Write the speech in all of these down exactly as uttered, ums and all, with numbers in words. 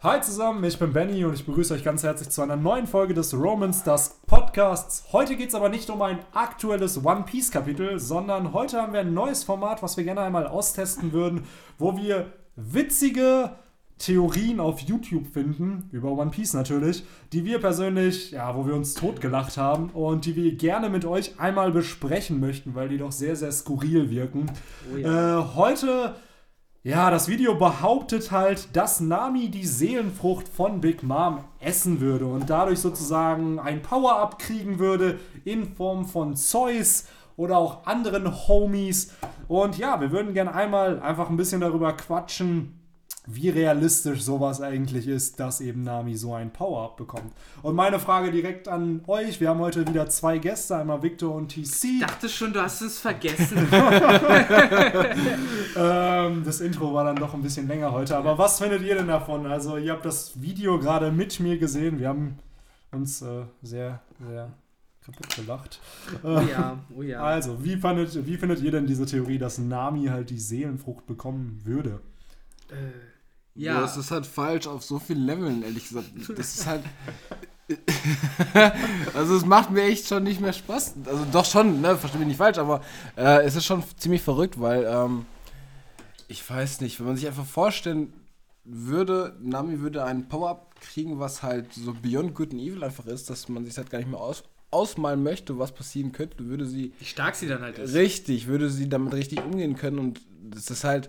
Hi zusammen, ich bin Benny und ich begrüße euch ganz herzlich zu einer neuen Folge des Romance Dusk Podcasts. Heute geht es aber nicht um ein aktuelles One Piece Kapitel, sondern heute haben wir ein neues Format, was wir gerne einmal austesten würden, wo wir witzige Theorien auf YouTube finden, über One Piece natürlich, die wir persönlich, ja, wo wir uns totgelacht haben und die wir gerne mit euch einmal besprechen möchten, weil die doch sehr, sehr skurril wirken. Oh ja. äh, heute... Ja, das Video behauptet halt, dass Nami die Seelenfrucht von Big Mom essen würde und dadurch sozusagen ein Power-Up kriegen würde in Form von Zeus oder auch anderen Homies. Und ja, wir würden gerne einmal einfach ein bisschen darüber quatschen, wie realistisch sowas eigentlich ist, dass eben Nami so ein Power-Up bekommt. Und meine Frage direkt an euch, wir haben heute wieder zwei Gäste, einmal Victor und T C. Ich dachte schon, du hast es vergessen. ähm, das Intro war dann doch ein bisschen länger heute, aber was findet ihr denn davon? Also ihr habt das Video gerade mit mir gesehen, wir haben uns äh, sehr, sehr kaputt gelacht. Oh ja, oh ja. Also, wie findet, wie findet ihr denn diese Theorie, dass Nami halt die Seelenfrucht bekommen würde? Äh... Ja. Das ist halt falsch auf so vielen Leveln, ehrlich gesagt. Das ist halt... also es macht mir echt schon nicht mehr Spaß. Also doch schon, ne, verstehe mich nicht falsch, aber äh, es ist schon ziemlich verrückt, weil ähm, ich weiß nicht, wenn man sich einfach vorstellen würde, Nami würde einen Power-Up kriegen, was halt so Beyond Good and Evil einfach ist, dass man sich halt gar nicht mehr aus, ausmalen möchte, was passieren könnte, würde sie... Wie stark sie dann halt ist. Richtig, würde sie damit richtig umgehen können und das ist halt...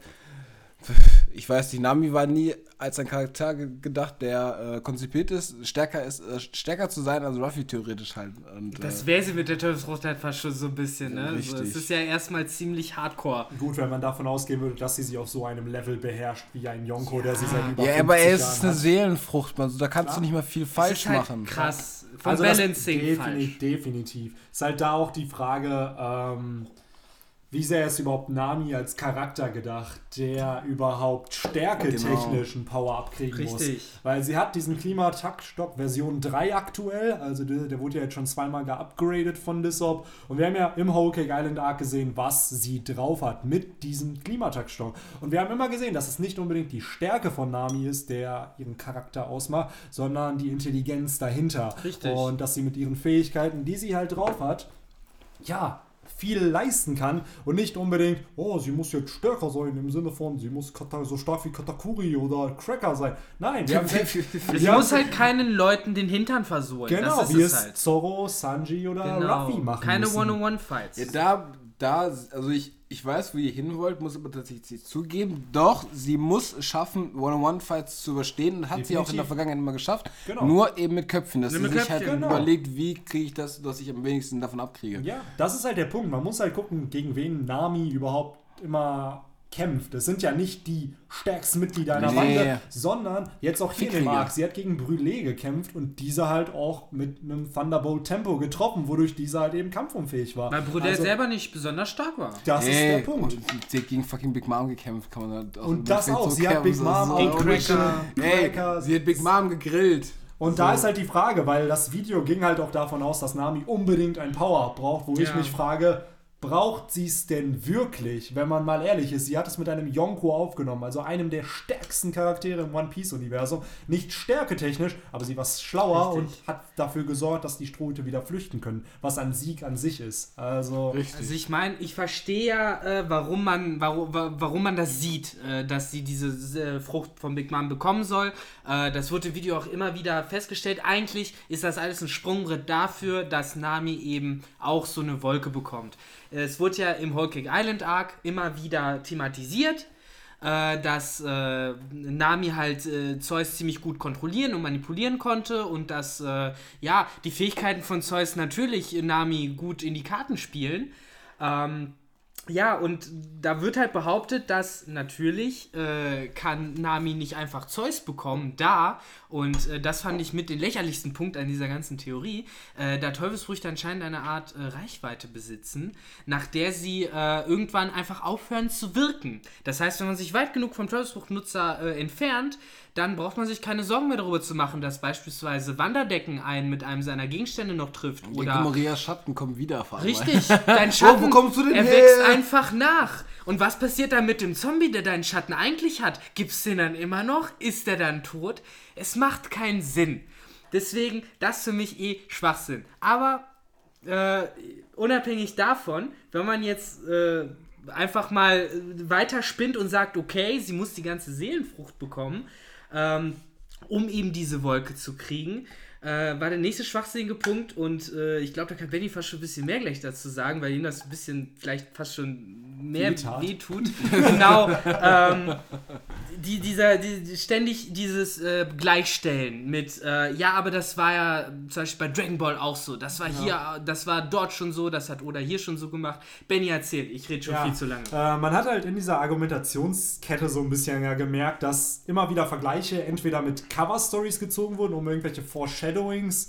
Ich weiß nicht, Nami war nie als ein Charakter ge- gedacht, der äh, konzipiert ist, stärker ist, äh, stärker zu sein als Ruffy theoretisch halt. Und, das äh, wäre sie mit der Teufelsfrucht halt fast schon so ein bisschen, ne? Richtig. Also, es ist ja erstmal ziemlich hardcore. Gut, wenn man davon ausgehen würde, dass sie sich auf so einem Level beherrscht wie ein Yonko, ja. der sie seit über Ja, aber er ist Jahren eine hat. Seelenfrucht, also da kannst Klar. du nicht mal viel falsch das ist halt machen. Krass, vom also Balancing defini- falsch. Definitiv. Ist halt da auch die Frage, ähm, wie sehr ist überhaupt Nami als Charakter gedacht, der überhaupt stärketechnisch einen Power-Up kriegen Richtig. muss. Weil sie hat diesen Klimataktstock Version drei aktuell, also der, der wurde ja jetzt schon zweimal geupgradet von Lissop. Und wir haben ja im Whole Cake Island Arc gesehen, was sie drauf hat mit diesem Klimataktstock. Und wir haben immer gesehen, dass es nicht unbedingt die Stärke von Nami ist, der ihren Charakter ausmacht, sondern die Intelligenz dahinter. Richtig. Und dass sie mit ihren Fähigkeiten, die sie halt drauf hat, ja, viel leisten kann und nicht unbedingt, oh, sie muss jetzt stärker sein im Sinne von, sie muss kata- so stark wie Katakuri oder Cracker sein. Nein, wir haben sie muss halt keinen Leuten den Hintern versohlen. Genau, das ist wie es es halt. Zorro, Sanji oder Genau. Ruffy machen Keine müssen. One-on-One-Fights. Ja, da, da, also ich, ich weiß, wo ihr hin wollt, muss aber tatsächlich zugeben, doch, sie muss es schaffen, One-on-One-Fights zu überstehen und hat Definitiv. sie auch in der Vergangenheit immer geschafft, Genau. nur eben mit Köpfchen, dass Nur sie mit sich halt Köpfchen. Genau. überlegt, wie kriege ich das, dass ich am wenigsten davon abkriege. Ja, das ist halt der Punkt. Man muss halt gucken, gegen wen Nami überhaupt immer kämpft. Es sind ja nicht die stärksten Mitglieder einer Nee. Bande, sondern jetzt auch hier in dem Fickriger. Arc. Sie hat gegen Brûlé gekämpft und dieser halt auch mit einem Thunderbolt Tempo getroffen, wodurch dieser halt eben kampfunfähig war. Weil Bruder Also, selber nicht besonders stark war. das Ey, ist der Punkt. Und sie hat gegen fucking Big Mom gekämpft, kann man halt auch Und das auch. Sie hat Big Mom auch auch Cracker. Ey, sie hat Big Mom gegrillt. Und So. da ist halt die Frage, weil das Video ging halt auch davon aus, dass Nami unbedingt ein Power-Up braucht, wo ich Ja. mich frage, braucht sie es denn wirklich, wenn man mal ehrlich ist? Sie hat es mit einem Yonko aufgenommen, also einem der stärksten Charaktere im One-Piece-Universum. Nicht stärketechnisch, aber sie war schlauer Richtig. und hat dafür gesorgt, dass die Strohhüte wieder flüchten können, was ein Sieg an sich ist. Also, Richtig. Also ich meine, ich verstehe ja, äh, warum man warum, wa- warum man das sieht, äh, dass sie diese äh, Frucht von Big Mom bekommen soll. Äh, das wurde im Video auch immer wieder festgestellt. Eigentlich ist das alles ein Sprungbrett dafür, dass Nami eben auch so eine Wolke bekommt. Es wurde ja im Whole Cake Island Arc immer wieder thematisiert, äh, dass äh, Nami halt äh, Zeus ziemlich gut kontrollieren und manipulieren konnte und dass äh, ja, die Fähigkeiten von Zeus natürlich Nami gut in die Karten spielen. Ähm, ja, und da wird halt behauptet, dass natürlich äh, kann Nami nicht einfach Zeus bekommen, da, und äh, das fand ich mit den lächerlichsten Punkt an dieser ganzen Theorie, äh, da Teufelsfrüchte anscheinend eine Art äh, Reichweite besitzen, nach der sie äh, irgendwann einfach aufhören zu wirken. Das heißt, wenn man sich weit genug vom Teufelsfruchtnutzer äh, entfernt, dann braucht man sich keine Sorgen mehr darüber zu machen, dass beispielsweise Wanderdecken einen mit einem seiner Gegenstände noch trifft. Ja, Oder guck mal, Rias Schatten kommt wieder. richtig, dein Schatten, Oh, wo kommst du denn er her? wächst einfach nach. Und was passiert dann mit dem Zombie, der deinen Schatten eigentlich hat? Gibt's den dann immer noch? Ist der dann tot? Es macht keinen Sinn. Deswegen, das für mich eh Schwachsinn. Aber äh, unabhängig davon, wenn man jetzt äh, einfach mal weiter spinnt und sagt, okay, sie muss die ganze Seelenfrucht bekommen, ähm, um eben diese Wolke zu kriegen, äh, war der nächste schwachsinnige Punkt und äh, ich glaube, da kann Benny fast schon ein bisschen mehr gleich dazu sagen, weil ihm das ein bisschen vielleicht fast schon mehr wehtut. Genau. ähm, die, dieser, die, ständig dieses äh, Gleichstellen mit, äh, ja, aber das war ja zum Beispiel bei Dragon Ball auch so. Das war ja. hier, das war dort schon so, das hat Oda hier schon so gemacht. Benny, erzähl, ich rede schon ja. viel zu lange. Äh, man hat halt in dieser Argumentationskette so ein bisschen ja gemerkt, dass immer wieder Vergleiche entweder mit Cover-Stories gezogen wurden, um irgendwelche Foreshadowings,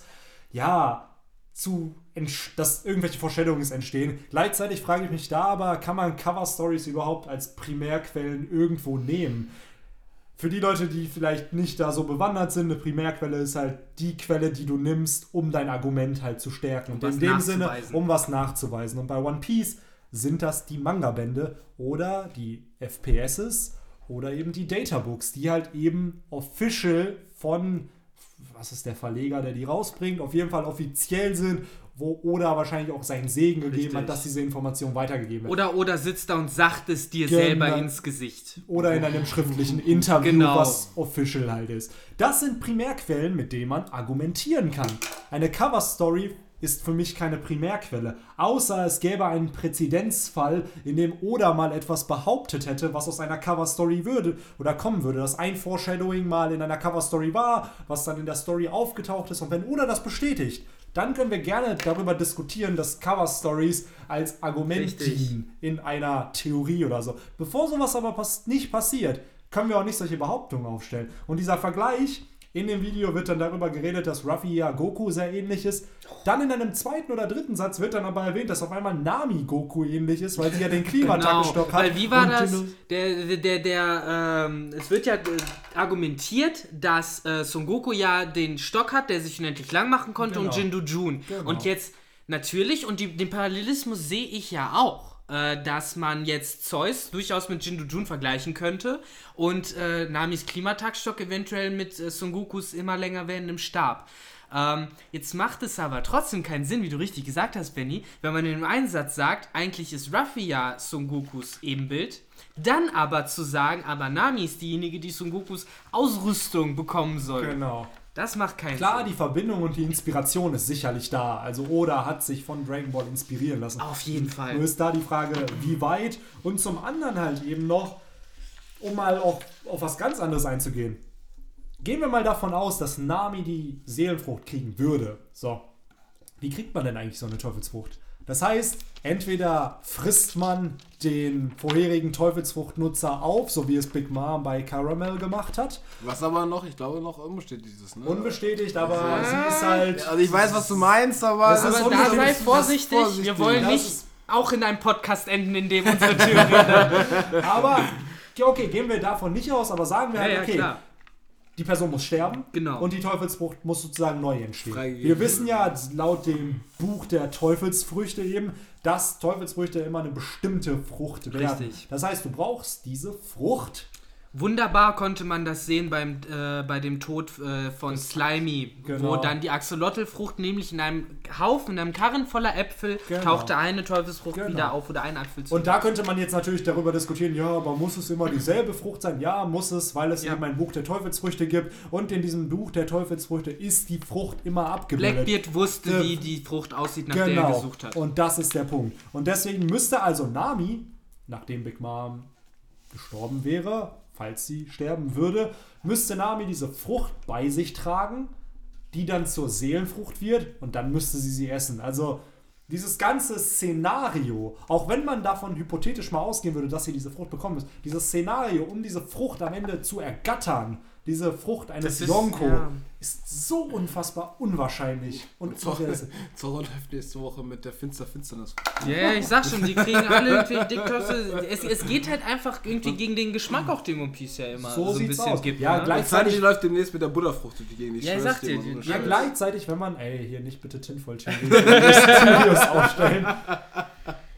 ja, zu dass irgendwelche Foreshadowings entstehen. Gleichzeitig frage ich mich da aber, kann man Cover-Stories überhaupt als Primärquellen irgendwo nehmen? Für die Leute, die vielleicht nicht da so bewandert sind, eine Primärquelle ist halt die Quelle, die du nimmst, um dein Argument halt zu stärken. Und in dem Sinne, um was nachzuweisen. Und bei One Piece sind das die Manga-Bände oder die F P Ss oder eben die Databooks, die halt eben official von, was ist der Verleger, der die rausbringt, auf jeden Fall offiziell sind, wo Oda wahrscheinlich auch seinen Segen gegeben Richtig. hat, dass diese Information weitergegeben wird. Oder Oda sitzt da und sagt es dir genau. selber ins Gesicht. Oder in einem schriftlichen Interview, genau. was official halt ist. Das sind Primärquellen, mit denen man argumentieren kann. Eine Cover-Story ist für mich keine Primärquelle. Außer es gäbe einen Präzedenzfall, in dem Oda mal etwas behauptet hätte, was aus einer Cover-Story würde oder kommen würde. Dass ein Foreshadowing mal in einer Cover-Story war, was dann in der Story aufgetaucht ist. Und wenn Oda das bestätigt, dann können wir gerne darüber diskutieren, dass Cover-Stories als Argument Richtig. dienen in einer Theorie oder so. Bevor sowas aber pass- nicht passiert, können wir auch nicht solche Behauptungen aufstellen. Und dieser Vergleich, in dem Video wird dann darüber geredet, dass Ruffy ja Goku sehr ähnlich ist. Dann in einem zweiten oder dritten Satz wird dann aber erwähnt, dass auf einmal Nami Goku ähnlich ist, weil sie ja den Klimatag-Stock genau. hat. Weil wie war das? Der, der, der, der ähm, es wird ja äh, argumentiert, dass äh, Son Goku ja den Stock hat, der sich unendlich lang machen konnte, genau. und Jindu Jun. Genau. Und jetzt natürlich, und die, den Parallelismus sehe ich ja auch, äh, dass man jetzt Zeus durchaus mit Jindu Jun vergleichen könnte und äh, Namis Klimatagstock eventuell mit äh, Son Gokus immer länger werdendem Stab. Ähm, jetzt macht es aber trotzdem keinen Sinn, wie du richtig gesagt hast, Benny, wenn man in einem Einsatz sagt, eigentlich ist Ruffy ja Son Gokus Ebenbild, dann aber zu sagen, aber Nami ist diejenige, die Son Gokus Ausrüstung bekommen soll. Genau. Das macht keinen Klar, Sinn. die Verbindung und die Inspiration ist sicherlich da. Also Oda hat sich von Dragon Ball inspirieren lassen. Auf jeden Fall. Nur ist da die Frage, wie weit? Und zum anderen halt eben noch, um mal auch auf was ganz anderes einzugehen. Gehen wir mal davon aus, dass Nami die Seelenfrucht kriegen würde. So, wie kriegt man denn eigentlich so eine Teufelsfrucht? Das heißt, entweder frisst man den vorherigen Teufelsfruchtnutzer auf, so wie es Big Mom bei Caramel gemacht hat. Was aber noch, ich glaube, noch unbestätigt ist, ne? Unbestätigt, aber ja. sie ist halt... Also ich weiß, was du meinst, aber... Das ist aber da sei vorsichtig, vorsichtig, wir wollen das nicht auch in einem Podcast enden, in dem unsere Theorie... aber, okay, gehen wir davon nicht aus, aber sagen wir halt, ja, ja, okay... Klar. Die Person muss sterben, genau. und die Teufelsfrucht muss sozusagen neu entstehen. Wir wissen ja, laut dem Buch der Teufelsfrüchte eben, dass Teufelsfrüchte immer eine bestimmte Frucht werden. Richtig. Das heißt, du brauchst diese Frucht. Wunderbar konnte man das sehen beim, äh, bei dem Tod äh, von das Slimy, genau. wo dann die Axolotl-Frucht nämlich in einem Haufen, in einem Karren voller Äpfel, genau. tauchte eine Teufelsfrucht genau. wieder auf oder ein Apfel zu. Und da könnte man jetzt natürlich darüber diskutieren, ja, aber muss es immer dieselbe Frucht sein? Ja, muss es, weil es ja. eben ein Buch der Teufelsfrüchte gibt. Und in diesem Buch der Teufelsfrüchte ist die Frucht immer abgebildet. Blackbeard wusste, äh, wie die Frucht aussieht, nach genau. der er gesucht hat. Und das ist der Punkt. Und deswegen müsste also Nami, nachdem Big Mom gestorben wäre, falls sie sterben würde, müsste Nami diese Frucht bei sich tragen, die dann zur Seelenfrucht wird, und dann müsste sie sie essen. Also dieses ganze Szenario, auch wenn man davon hypothetisch mal ausgehen würde, dass sie diese Frucht bekommen muss, dieses Szenario, um diese Frucht am Ende zu ergattern, diese Frucht eines ist, Yonko, ja. ist so unfassbar unwahrscheinlich. Und Zorro läuft nächste Woche mit der Finster Finsternis. Ja, yeah, ich sag schon, die kriegen alle irgendwie Diktasse. Es, es geht halt einfach irgendwie gegen den Geschmack, auch den One Piece ja immer so, so ein bisschen aus. gibt. Ja, ne? gleichzeitig läuft demnächst mit der Buddha-Frucht durch die Gegend. Ja, ich sag dir. So ja, gleichzeitig, wenn man, ey, hier nicht bitte Tinfoil-Theories aufstellen. ähm,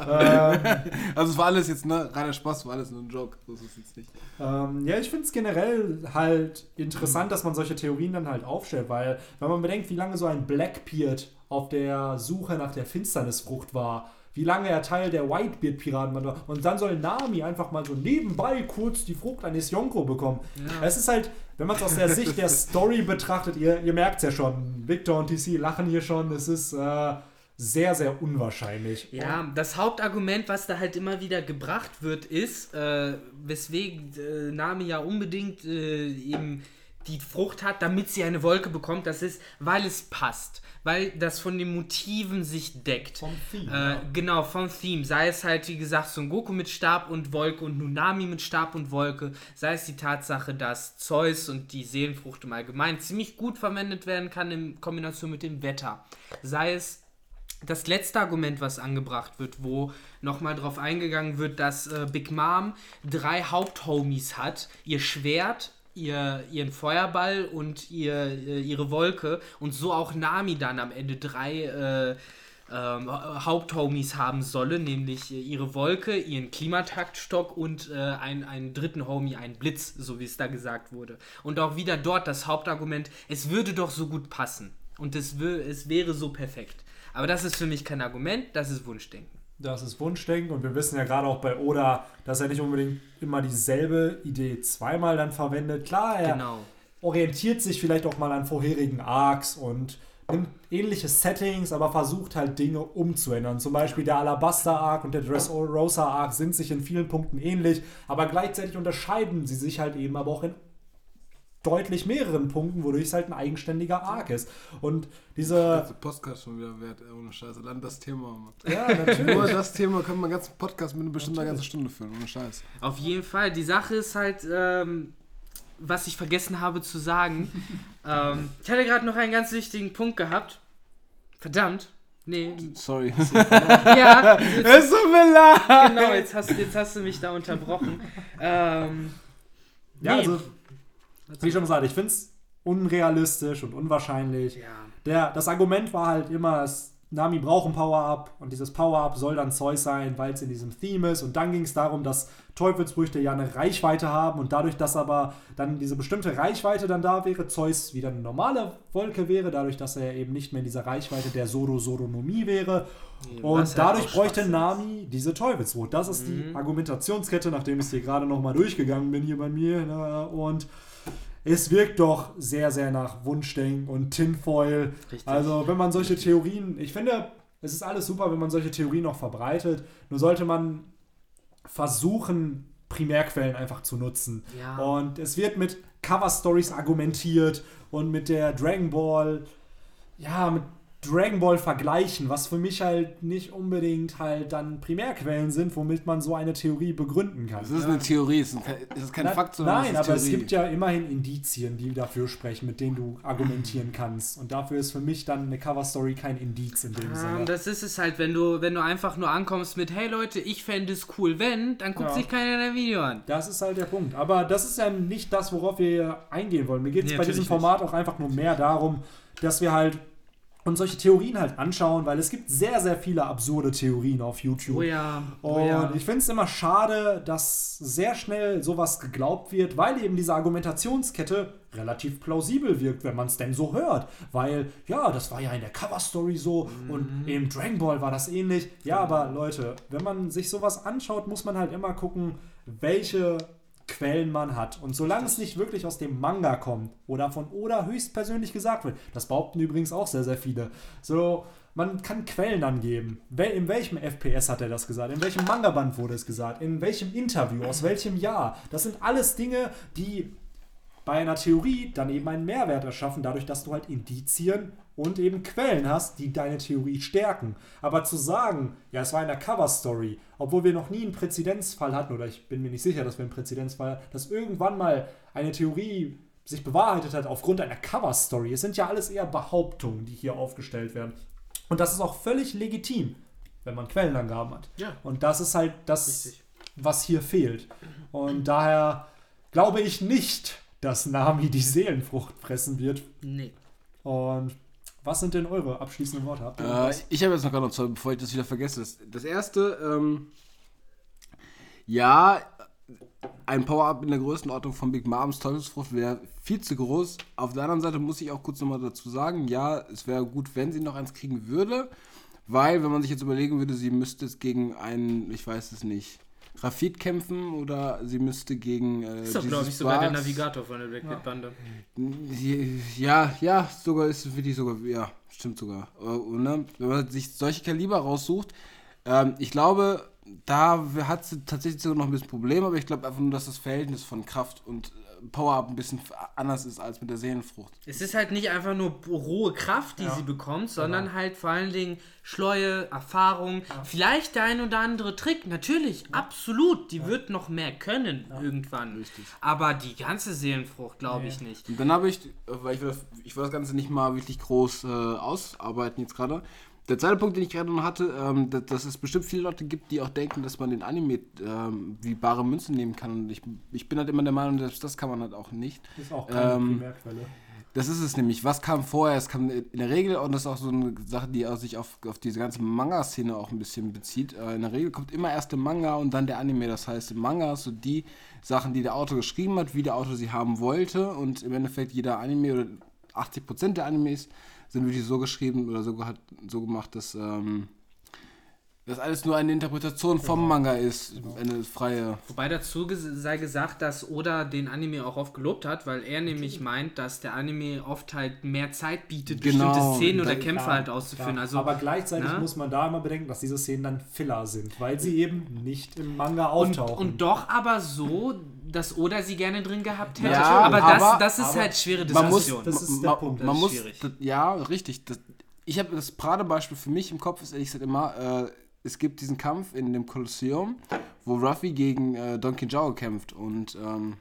ähm, Also es war alles jetzt, ne, reiner Spaß, war alles nur ein Joke. So ist es jetzt nicht. Ähm, ja, ich finde es generell halt interessant, dass man solche Theorien dann halt aufstellt, weil wenn man bedenkt, wie lange so ein Blackbeard auf der Suche nach der Finsternisfrucht war, wie lange er Teil der Whitebeard-Piraten war, und dann soll Nami einfach mal so nebenbei kurz die Frucht eines Yonko bekommen. Ja. Es ist halt, wenn man es aus der Sicht der Story betrachtet, ihr, ihr merkt es ja schon, Victor und T C lachen hier schon, es ist äh, sehr, sehr unwahrscheinlich. Ja, das Hauptargument, was da halt immer wieder gebracht wird, ist, äh, weswegen äh, Nami ja unbedingt äh, eben die Frucht hat, damit sie eine Wolke bekommt, das ist, weil es passt. Weil das von den Motiven sich deckt. Vom Theme. Äh, ja. Genau, vom Theme. Sei es halt, wie gesagt, Son Goku mit Stab und Wolke und Nami mit Stab und Wolke. Sei es die Tatsache, dass Zeus und die Seelenfrucht im Allgemeinen ziemlich gut verwendet werden kann in Kombination mit dem Wetter. Sei es das letzte Argument, was angebracht wird, wo nochmal drauf eingegangen wird, dass äh, Big Mom drei Haupthomies hat. Ihr Schwert, ihr, ihren Feuerball und ihr, äh, ihre Wolke. Und so auch Nami dann am Ende drei äh, ähm, Haupthomies haben solle, nämlich äh, ihre Wolke, ihren Klimataktstock und äh, einen, einen dritten Homie, einen Blitz, so wie es da gesagt wurde. Und auch wieder dort das Hauptargument, es würde doch so gut passen. Und es, wö- es wäre so perfekt. Aber das ist für mich kein Argument, das ist Wunschdenken. Das ist Wunschdenken und wir wissen ja gerade auch bei Oda, dass er nicht unbedingt immer dieselbe Idee zweimal dann verwendet. Klar, er Genau. orientiert sich vielleicht auch mal an vorherigen Arcs und nimmt ähnliche Settings, aber versucht halt Dinge umzuändern. Zum Beispiel der Alabasta-Arc und der Dressrosa-Arc sind sich in vielen Punkten ähnlich, aber gleichzeitig unterscheiden sie sich halt eben aber auch in deutlich mehreren Punkten, wodurch es halt ein eigenständiger Arc ist. Und diese... Der Podcast schon wieder wert, ey, ohne Scheiß. Allein das Thema, Mann. Ja, natürlich. Nur das Thema können wir einen ganzen Podcast mit bestimmt einer ganzen Stunde füllen, ohne Scheiß. Auf jeden Fall. Die Sache ist halt, ähm, was ich vergessen habe zu sagen. ähm, ich hatte gerade noch einen ganz wichtigen Punkt gehabt. Verdammt. Nee. Sorry. Ja. Jetzt, Es tut mir leid. genau, jetzt hast, jetzt hast du mich da unterbrochen. Ähm, Ja, nee. also, wie ich schon gesagt, ich finde es unrealistisch und unwahrscheinlich. Ja. Der, das Argument war halt immer, es, Nami braucht ein Power-Up und dieses Power-Up soll dann Zeus sein, weil es in diesem Theme ist. Und dann ging es darum, dass Teufelsfrüchte ja eine Reichweite haben und dadurch, dass aber dann diese bestimmte Reichweite dann da wäre, Zeus wieder eine normale Wolke wäre, dadurch, dass er eben nicht mehr in dieser Reichweite der Soro-Soronomie wäre. Nee, Und was halt dadurch auch bräuchte Schwachsinn Nami diese Teufelsfrucht. Das ist die Argumentationskette, nachdem ich hier gerade nochmal durchgegangen bin hier bei mir. Ne? Und es wirkt doch sehr, sehr nach Wunschdenken und Tinfoil. Richtig. Also wenn man solche Theorien, ich finde, es ist alles super, wenn man solche Theorien noch verbreitet. Nur sollte man versuchen, Primärquellen einfach zu nutzen. Ja. Und es wird mit Cover-Stories argumentiert und mit der Dragon Ball, ja, mit Dragon Ball vergleichen, was für mich halt nicht unbedingt halt dann Primärquellen sind, womit man so eine Theorie begründen kann. Es ist eine Theorie, es ist kein, es ist kein Na, Fakt, sondern nein, es ist aber es Theorie. gibt ja immerhin Indizien, die dafür sprechen, mit denen du argumentieren kannst. Und dafür ist für mich dann eine Cover-Story kein Indiz in dem Ähm, Sinne. das ist es halt, wenn du, wenn du einfach nur ankommst mit, hey Leute, ich fände es cool, wenn, dann guckt Ja. sich keiner dein Video an. Das ist halt der Punkt. Aber das ist ja nicht das, worauf wir eingehen wollen. Mir geht es Nee, bei diesem natürlich Format auch einfach nur mehr darum, dass wir halt uns solche Theorien halt anschauen, weil es gibt sehr, sehr viele absurde Theorien auf YouTube. Oh ja, oh Und ja. ich finde es immer schade, dass sehr schnell sowas geglaubt wird, weil eben diese Argumentationskette relativ plausibel wirkt, wenn man es denn so hört. Weil, ja, das war ja in der Cover-Story so Mhm. und im Dragon Ball war das ähnlich. Ja, aber Leute, wenn man sich sowas anschaut, muss man halt immer gucken, welche Quellen man hat. Und solange es nicht wirklich aus dem Manga kommt oder von Oda höchstpersönlich gesagt wird, das behaupten übrigens auch sehr, sehr viele, so, man kann Quellen angeben. Wel- In welchem F P S hat er das gesagt? In welchem Manga-Band wurde es gesagt? In welchem Interview? Aus welchem Jahr? Das sind alles Dinge, die bei einer Theorie dann eben einen Mehrwert erschaffen, dadurch, dass du halt Indizien und eben Quellen hast, die deine Theorie stärken. Aber zu sagen, ja, es war in der Cover-Story, obwohl wir noch nie einen Präzedenzfall hatten, oder ich bin mir nicht sicher, dass wir einen Präzedenzfall hatten, dass irgendwann mal eine Theorie sich bewahrheitet hat aufgrund einer Cover-Story. Es sind ja alles eher Behauptungen, die hier aufgestellt werden. Und das ist auch völlig legitim, wenn man Quellenangaben hat. Ja. Und das ist halt das, Richtig. was hier fehlt. Und daher glaube ich nicht, dass Nami die Seelenfrucht fressen wird. Nee. Und Was sind denn eure abschließenden Worte? Habt ihr Äh, irgendwas? ich habe jetzt noch gar noch zwei, bevor ich das wieder vergesse. Das, das erste, ähm, ja, ein Power-Up in der Größenordnung von Big Moms Teufelsfrucht wäre viel zu groß. Auf der anderen Seite muss ich auch kurz nochmal dazu sagen, ja, es wäre gut, wenn sie noch eins kriegen würde, weil, wenn man sich jetzt überlegen würde, sie müsste es gegen einen, ich weiß es nicht, Grafit kämpfen oder sie müsste gegen äh, ist doch, glaube ich, sogar der Navigator von der Blackbeard-Bande. Ja, ja, sogar ist wirklich sogar, ja, stimmt sogar. Und, ne, wenn man sich solche Kaliber raussucht, ähm, ich glaube, da hat sie tatsächlich sogar noch ein bisschen Probleme, aber ich glaube einfach nur, dass das Verhältnis von Kraft und Power-Up ein bisschen anders ist als mit der Seelenfrucht. Es ist halt nicht einfach nur rohe Kraft, die Ja. sie bekommt, sondern Genau. halt vor allen Dingen Schleue, Erfahrung, Ja. vielleicht der ein oder andere Trick, natürlich, absolut, die wird noch mehr können irgendwann. Richtig. Aber die ganze Seelenfrucht glaube Nee. ich nicht. Und dann habe ich, weil ich will, das, ich will das Ganze nicht mal wirklich groß äh, ausarbeiten jetzt gerade. Der zweite Punkt, den ich gerade noch hatte, ähm, dass, dass es bestimmt viele Leute gibt, die auch denken, dass man den Anime ähm, wie bare Münze nehmen kann. Und ich, ich bin halt immer der Meinung, selbst das kann man halt auch nicht. Das ist auch keine ähm, Primärquelle. Das ist es nämlich. Was kam vorher? Es kam in der Regel, und das ist auch so eine Sache, die auch sich auf, auf diese ganze Manga-Szene auch ein bisschen bezieht. Äh, in der Regel kommt immer erst der Manga und dann der Anime. Das heißt, im Manga ist so die Sachen, die der Autor geschrieben hat, wie der Autor sie haben wollte. Und im Endeffekt jeder Anime oder achtzig Prozent der Animes sind wirklich so geschrieben oder so, hat, so gemacht, dass ähm, das alles nur eine Interpretation vom Manga ist. Eine freie. Wobei dazu ges- sei gesagt, dass Oda den Anime auch oft gelobt hat, weil er nämlich meint, dass der Anime oft halt mehr Zeit bietet, Genau. bestimmte Szenen oder Da- Kämpfe Klar, halt auszuführen. klar. Also, aber gleichzeitig ne? muss man da immer bedenken, dass diese Szenen dann Filler sind, weil sie eben nicht im Manga und, auftauchen. und doch aber so, dass Oda sie gerne drin gehabt hätte. Ja, aber das, aber- das ist aber halt schwere Man muss, Diskussion. Das ist ma- der ma- Punkt. Man Das ist muss, schwierig. das, ja, richtig. Das, ich habe das Paradebeispiel für mich im Kopf, ist ehrlich gesagt immer, äh, es gibt diesen Kampf in dem Kolosseum, wo Ruffy gegen äh, Don Quijote kämpft. Und ähm,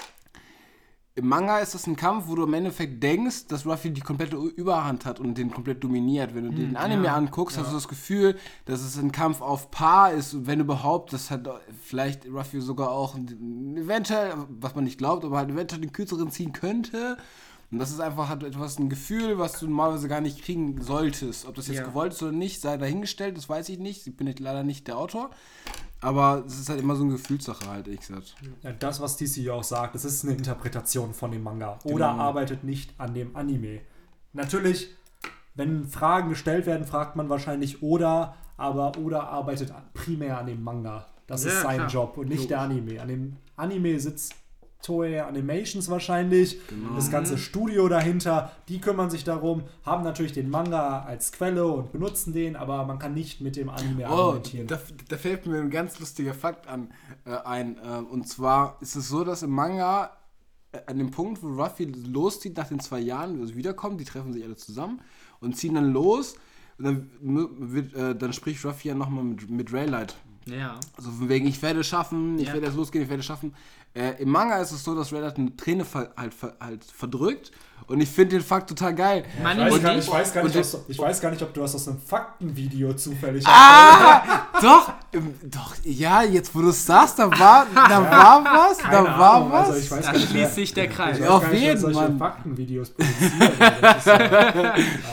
im Manga ist das ein Kampf, wo du im Endeffekt denkst, dass Ruffy die komplette Überhand hat und den komplett dominiert. Wenn du dir den Anime ja, anguckst, ja. hast du das Gefühl, dass es ein Kampf auf Paar ist, wenn überhaupt, dass halt vielleicht Ruffy sogar auch eventuell, was man nicht glaubt, aber halt eventuell den Kürzeren ziehen könnte. Und das ist einfach halt etwas, ein Gefühl, was du normalerweise gar nicht kriegen solltest. Ob das jetzt Ja. gewollt ist oder nicht, sei dahingestellt, das weiß ich nicht. Ich bin jetzt leider nicht der Autor. Aber es ist halt immer so eine Gefühlssache halt, ehrlich gesagt. Ja, das, was D C auch sagt, das ist eine Interpretation von dem Manga. Oder Genau. arbeitet nicht an dem Anime. Natürlich, wenn Fragen gestellt werden, fragt man wahrscheinlich Oda, aber Oda arbeitet primär an dem Manga. Das Ja, ist sein klar. Job und nicht Logisch. der Anime. An dem Anime sitzt Toei Animations wahrscheinlich, Genau. das ganze Studio dahinter, die kümmern sich darum, haben natürlich den Manga als Quelle und benutzen den, aber man kann nicht mit dem Anime Oh, argumentieren. da, da fällt mir ein ganz lustiger Fakt an, äh, ein. Äh, und zwar ist es so, dass im Manga äh, an dem Punkt, wo Ruffy loszieht nach den zwei Jahren, also wiederkommen, die treffen sich alle zusammen und ziehen dann los. Und dann, wird, äh, dann spricht Ruffy ja nochmal mit, mit Raylight. Ja. Also von wegen, ich werde schaffen, ich Ja. werde jetzt losgehen, ich werde schaffen. Äh, Im Manga ist es so, dass Raylight eine Träne ver, halt, ver, halt verdrückt. Und ich finde den Fakt total geil. Man Ich weiß, nicht. gar nicht, ich, weiß gar nicht, Und- ob, ich weiß gar nicht, ob du das aus einem Faktenvideo zufällig Ah, doch, ähm, doch, ja, jetzt wo du es sagst, da war, da war was, da Keine war Ahnung, was. also ich weiß Da gar nicht, wer- schließt sich der Kreis. Ich weiß Auf gar nicht, wer jeden, solche Mann. Faktenvideos produzieren. Das ist ja,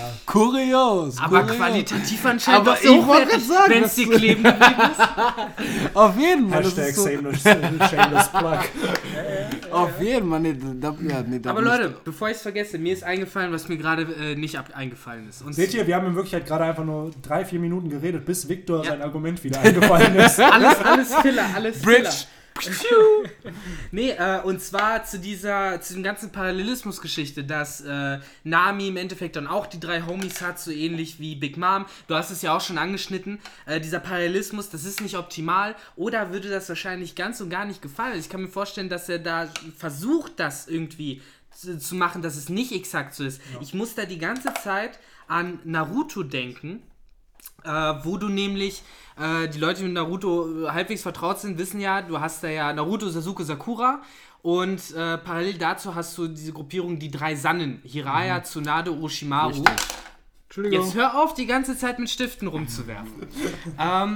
Kurios. Aber kurios. qualitativ anscheinend Aber doch ich so wollte hochwertig, gerade sagen, wenn es das- dir kleben geblieben ist. Auf jeden Fall. Hashtag Das ist so, shameless, shameless plug. auf jeden Fall. Nee, da, ja, nee, da Aber bin ich- Leute, bevor ich es vergesse, mir ist eingefallen, was mir gerade äh, nicht ab eingefallen ist. Und Seht ihr, wir haben in Wirklichkeit gerade einfach nur drei, vier Minuten geredet, bis Victor Ja. sein Argument wieder eingefallen ist. alles, alles Filler, alles Bridge. Filler. Nee, äh, und zwar zu dieser, zu dem ganzen Parallelismus-Geschichte, dass äh, Nami im Endeffekt dann auch die drei Homies hat, so ähnlich wie Big Mom. Du hast es ja auch schon angeschnitten. Äh, dieser Parallelismus, das ist nicht optimal. Oder würde das wahrscheinlich ganz und gar nicht gefallen. Ich kann mir vorstellen, dass er da versucht, das irgendwie zu, zu machen, dass es nicht exakt so ist. Ich muss da die ganze Zeit an Naruto denken. Äh, wo du nämlich, äh, die Leute, die mit Naruto halbwegs vertraut sind, wissen ja, du hast da ja Naruto, Sasuke, Sakura und äh, parallel dazu hast du diese Gruppierung, die drei Sannen, Jiraiya, Tsunade, Orochimaru. Richtig. Entschuldigung. Jetzt hör auf, die ganze Zeit mit Stiften rumzuwerfen. ähm,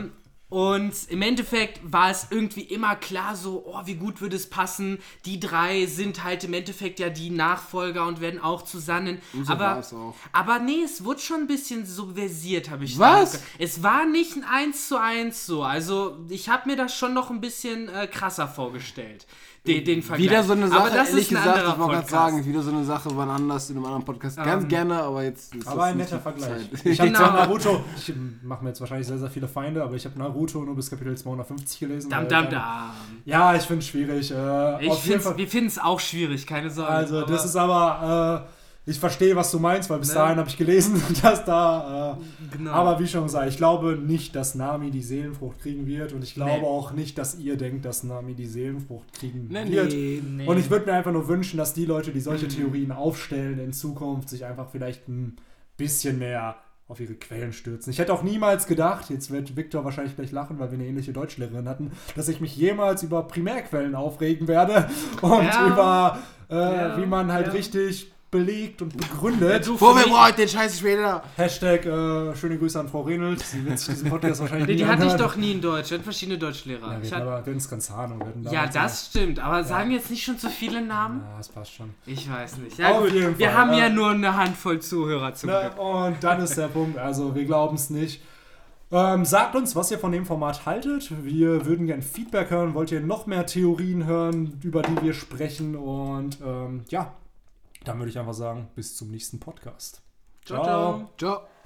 Und im Endeffekt war es irgendwie immer klar so, oh, wie gut würde es passen. Die drei sind halt im Endeffekt ja die Nachfolger und werden auch zusammen. Und so aber, war es auch. aber nee, es wurde schon ein bisschen subversiert, habe ich Was? gedacht. Es war nicht ein eins zu eins so. Also ich habe mir das schon noch ein bisschen äh, krasser vorgestellt. Den, den Vergleich. Wieder so eine Sache, aber das ehrlich ist ein gesagt, anderer ich wollte gerade Podcast. sagen, wieder so eine Sache, wann anders in einem anderen Podcast. Ganz Ähm, gerne, aber jetzt ist Aber das ein nicht netter die Vergleich. Zeit. Ich habe Genau. zwar Naruto, ich mache mir jetzt wahrscheinlich sehr, sehr viele Feinde, aber ich habe Naruto nur bis Kapitel zweihundertfünfzig gelesen. Dam, weil dam, dann- dam. Ja, ich finde es schwierig. Äh, Ich auf jeden find's, Fall. wir finden es auch schwierig, keine Sorge. Also, aber- das ist aber, äh, ich verstehe, was du meinst, weil bis Ne? dahin habe ich gelesen, dass da, äh, Genau. aber wie schon gesagt, ich glaube nicht, dass Nami die Seelenfrucht kriegen wird und ich glaube Nee. auch nicht, dass ihr denkt, dass Nami die Seelenfrucht kriegen Nee, wird. nee, nee. Und ich würde mir einfach nur wünschen, dass die Leute, die solche Mhm. Theorien aufstellen, in Zukunft sich einfach vielleicht ein bisschen mehr auf ihre Quellen stürzen. Ich hätte auch niemals gedacht, jetzt wird Victor wahrscheinlich gleich lachen, weil wir eine ähnliche Deutschlehrerin hatten, dass ich mich jemals über Primärquellen aufregen werde und Ja. über, äh, Ja. wie man halt Ja. richtig belegt und begründet. Du, Wo für wir mich- brauchen den Scheiß später. Hashtag äh, schöne Grüße an Frau Rehnelt. Sie wird sich diesen Podcast wahrscheinlich Nee, nie die hatte ich anhören. doch nie in Deutsch. Wir hatten verschiedene Deutschlehrer. Ja, wir ich hatten hatte, aber ganz Scanzano. Wir hatten ja, damals das stimmt. Aber sagen jetzt nicht schon zu viele Namen? Ja, das passt schon. Ich weiß nicht. Ja Auf gut, jeden wir Fall, haben ja äh, nur eine Handvoll Zuhörer zum Ne? Glück. Und dann ist der Punkt, also wir glauben es nicht. Ähm, sagt uns, was ihr von dem Format haltet. Wir würden gerne Feedback hören. Wollt ihr noch mehr Theorien hören, über die wir sprechen? Und ähm, ja, dann würde ich einfach sagen, bis zum nächsten Podcast. Ciao, ciao. Ciao.